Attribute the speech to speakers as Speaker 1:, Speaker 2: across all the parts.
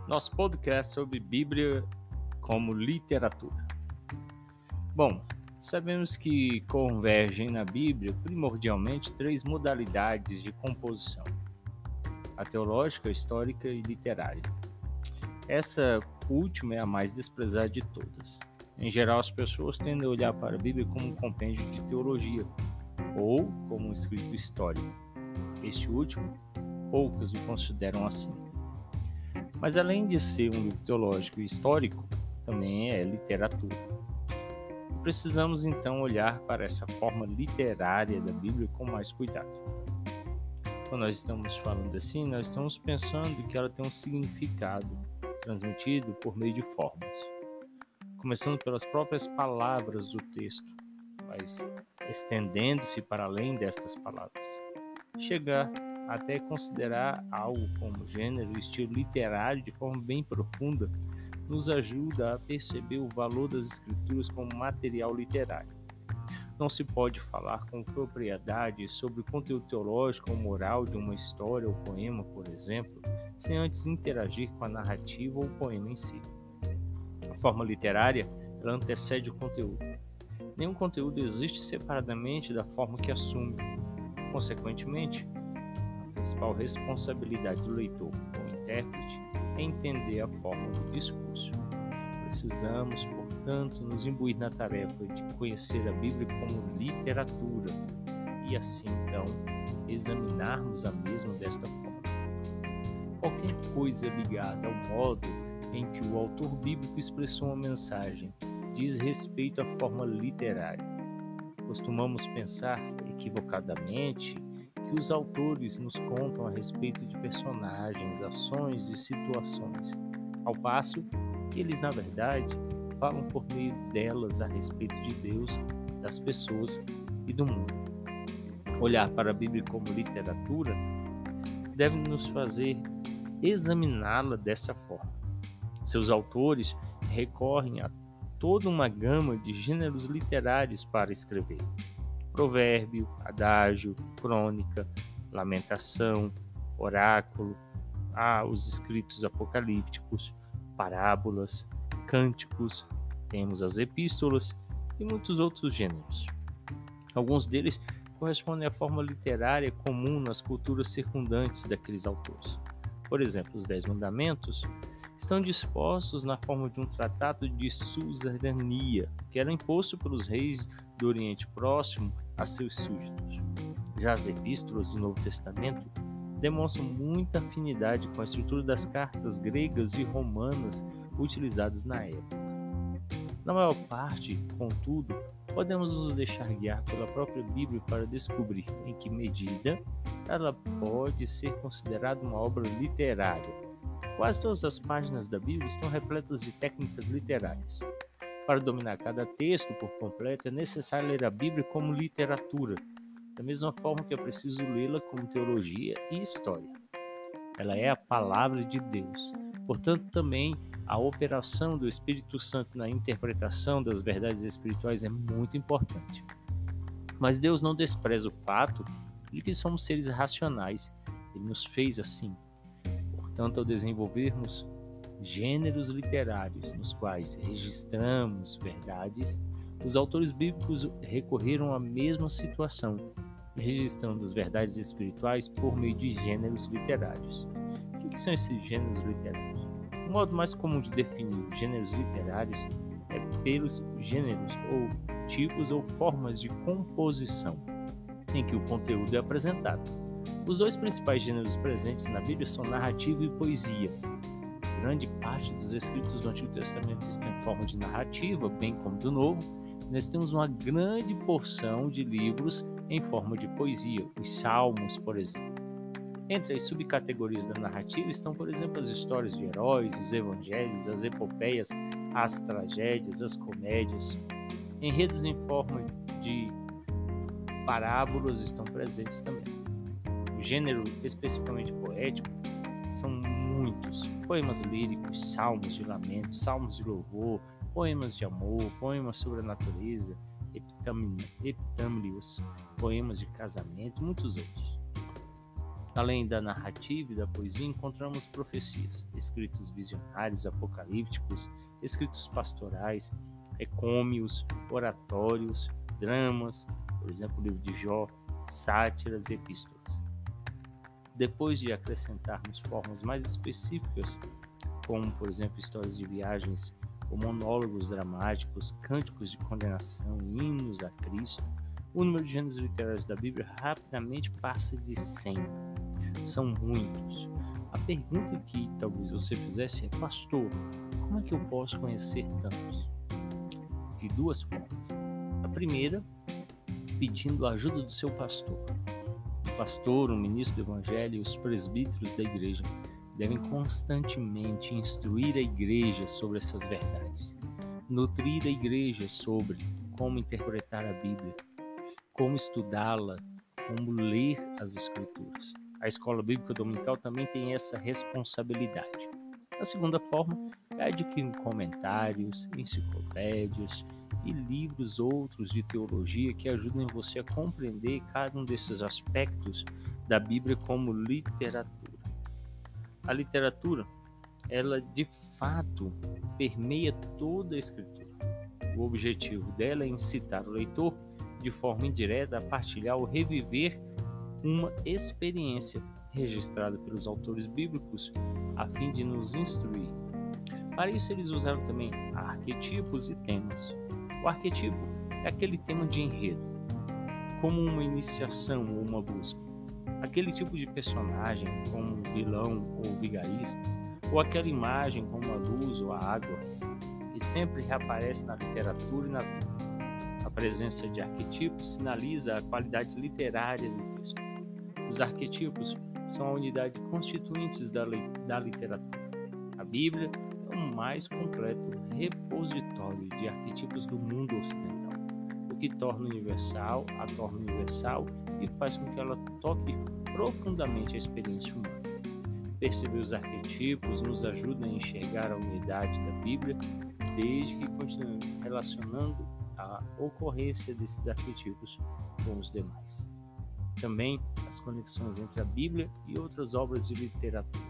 Speaker 1: nosso podcast sobre Bíblia como literatura. Bom, sabemos que convergem na Bíblia primordialmente três modalidades de composição: a teológica, a histórica e literária. Essa última é a mais desprezada de todas. Em geral, as pessoas tendem a olhar para a Bíblia como um compêndio de teologia ou como um escrito histórico. Este último, poucos o consideram assim. Mas além de ser um livro teológico e histórico, também é literatura. E precisamos então olhar para essa forma literária da Bíblia com mais cuidado. Quando nós estamos falando assim, nós estamos pensando que ela tem um significado transmitido por meio de formas, começando pelas próprias palavras do texto, mas estendendo-se para além destas palavras. Chegar até considerar algo como gênero e estilo literário de forma bem profunda nos ajuda a perceber o valor das escrituras como material literário. Não se pode falar com propriedade sobre o conteúdo teológico ou moral de uma história ou poema, por exemplo, sem antes interagir com a narrativa ou o poema em si. A forma literária, ela antecede o conteúdo. Nenhum conteúdo existe separadamente da forma que assume. Consequentemente, a principal responsabilidade do leitor ou intérprete é entender a forma do discurso. Precisamos, portanto, nos imbuir na tarefa de conhecer a Bíblia como literatura e assim, então, examinarmos a mesma desta forma. Qualquer coisa ligada ao modo em que o autor bíblico expressou uma mensagem diz respeito à forma literária. Costumamos pensar, equivocadamente, que os autores nos contam a respeito de personagens, ações e situações, ao passo que eles, na verdade, falam por meio delas a respeito de Deus, das pessoas e do mundo. Olhar para a Bíblia como literatura deve nos fazer examiná-la dessa forma. Seus autores recorrem a toda uma gama de gêneros literários para escrever: provérbio, adágio, crônica, lamentação, oráculo, os escritos apocalípticos, parábolas, cânticos, temos as epístolas e muitos outros gêneros. Alguns deles correspondem à forma literária comum nas culturas circundantes daqueles autores. Por exemplo, os 10 Mandamentos estão dispostos na forma de um tratado de suzerania, que era imposto pelos reis do Oriente Próximo a seus súditos. Já as epístolas do Novo Testamento demonstram muita afinidade com a estrutura das cartas gregas e romanas utilizadas na época. Na maior parte, contudo, podemos nos deixar guiar pela própria Bíblia para descobrir em que medida ela pode ser considerada uma obra literária. Quase todas as páginas da Bíblia estão repletas de técnicas literárias. Para dominar cada texto por completo, é necessário ler a Bíblia como literatura, da mesma forma que é preciso lê-la como teologia e história. Ela é a palavra de Deus. Portanto, também a operação do Espírito Santo na interpretação das verdades espirituais é muito importante. Mas Deus não despreza o fato de que somos seres racionais. Ele nos fez assim. Portanto, ao desenvolvermos gêneros literários nos quais registramos verdades, os autores bíblicos recorreram à mesma situação, registrando as verdades espirituais por meio de gêneros literários. O que são esses gêneros literários? O modo mais comum de definir os gêneros literários é pelos gêneros ou tipos ou formas de composição em que o conteúdo é apresentado. Os dois principais gêneros presentes na Bíblia são narrativa e poesia. Grande parte dos escritos do Antigo Testamento estão em forma de narrativa, bem como do Novo. Nós temos uma grande porção de livros em forma de poesia, os Salmos, por exemplo. Entre as subcategorias da narrativa estão, por exemplo, as histórias de heróis, os evangelhos, as epopeias, as tragédias, as comédias. Enredos em forma de parábolas estão presentes também. O gênero especificamente poético são muitos: poemas líricos, salmos de lamento, salmos de louvor, poemas de amor, poemas sobre a natureza, epitâmlios, poemas de casamento, muitos outros. Além da narrativa e da poesia, encontramos profecias, escritos visionários, apocalípticos, escritos pastorais, ecômios, oratórios, dramas, por exemplo, o livro de Jó, sátiras e epístolas. Depois de acrescentarmos formas mais específicas, como, por exemplo, histórias de viagens ou monólogos dramáticos, cânticos de condenação, hinos a Cristo, o número de gêneros literários da Bíblia rapidamente passa de 100. São muitos. A pergunta que talvez você fizesse é: pastor, como é que eu posso conhecer tantos? De duas formas. A primeira, pedindo a ajuda do seu pastor. O pastor, o ministro do evangelho e os presbíteros da igreja devem constantemente instruir a igreja sobre essas verdades, nutrir a igreja sobre como interpretar a Bíblia, como estudá-la, como ler as Escrituras. A escola bíblica dominical também tem essa responsabilidade. A segunda forma é adquirindo comentários, enciclopédias e livros outros de teologia que ajudem você a compreender cada um desses aspectos da Bíblia como literatura. A literatura, ela de fato permeia toda a Escritura. O objetivo dela é incitar o leitor de forma indireta a partilhar ou reviver uma experiência registrada pelos autores bíblicos a fim de nos instruir. Para isso eles usaram também arquetipos e temas. O arquetipo é aquele tema de enredo, como uma iniciação ou uma busca. Aquele tipo de personagem, como um vilão ou vigarista, ou aquela imagem como a luz ou a água, que sempre reaparece na literatura e na Bíblia. A presença de arquetipos sinaliza a qualidade literária do texto. Os arquetipos são a unidade constituintes da literatura. A Bíblia é o mais completo repositório de arquetipos do mundo ocidental, o que torna universal e faz com que ela toque profundamente a experiência humana. Perceber os arquetipos nos ajuda a enxergar a unidade da Bíblia, desde que continuemos relacionando a ocorrência desses arquetipos com os demais. Também as conexões entre a Bíblia e outras obras de literatura.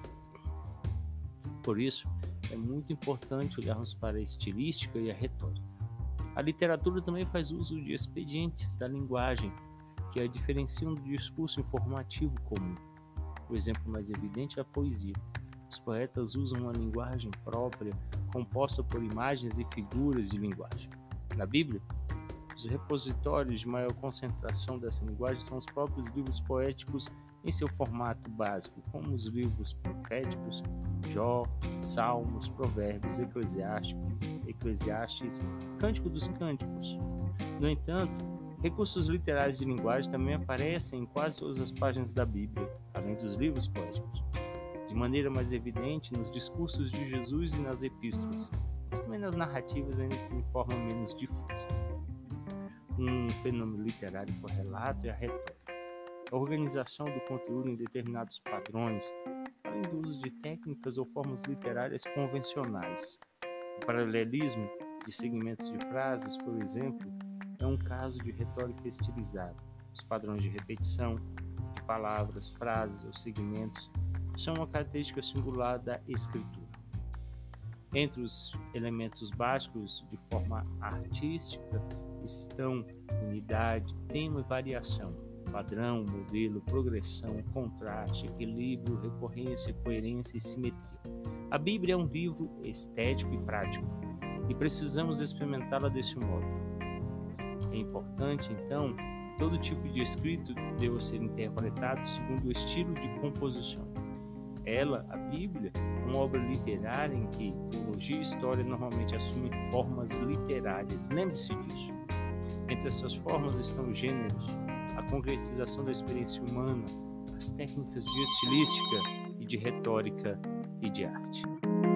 Speaker 1: Por isso, é muito importante olharmos para a estilística e a retórica. A literatura também faz uso de expedientes da linguagem, que a diferenciam do discurso informativo comum. O exemplo mais evidente é a poesia. Os poetas usam uma linguagem própria, composta por imagens e figuras de linguagem. Na Bíblia, os repositórios de maior concentração dessa linguagem são os próprios livros poéticos em seu formato básico, como os livros proféticos, Jó, Salmos, Provérbios, Eclesiastes, Cântico dos Cânticos. No entanto, recursos literários de linguagem também aparecem em quase todas as páginas da Bíblia, além dos livros poéticos, de maneira mais evidente nos discursos de Jesus e nas epístolas, mas também nas narrativas, ainda que de forma menos difusa. Um fenômeno literário correlato é a retórica, a organização do conteúdo em determinados padrões, além do uso de técnicas ou formas literárias convencionais. O paralelismo de segmentos de frases, por exemplo, é um caso de retórica estilizada. Os padrões de repetição de palavras, frases ou segmentos são uma característica singular da escritura. Entre os elementos básicos de forma artística estão unidade, tema e variação, padrão, modelo, progressão, contraste, equilíbrio, recorrência, coerência e simetria. A Bíblia é um livro estético e prático, e precisamos experimentá-la desse modo. É importante, então, que todo tipo de escrito deva ser interpretado segundo o estilo de composição. Ela, a Bíblia, é uma obra literária em que teologia e história normalmente assumem formas literárias. Lembre-se disso. Entre essas formas estão os gêneros, a concretização da experiência humana, as técnicas de estilística e de retórica e de arte.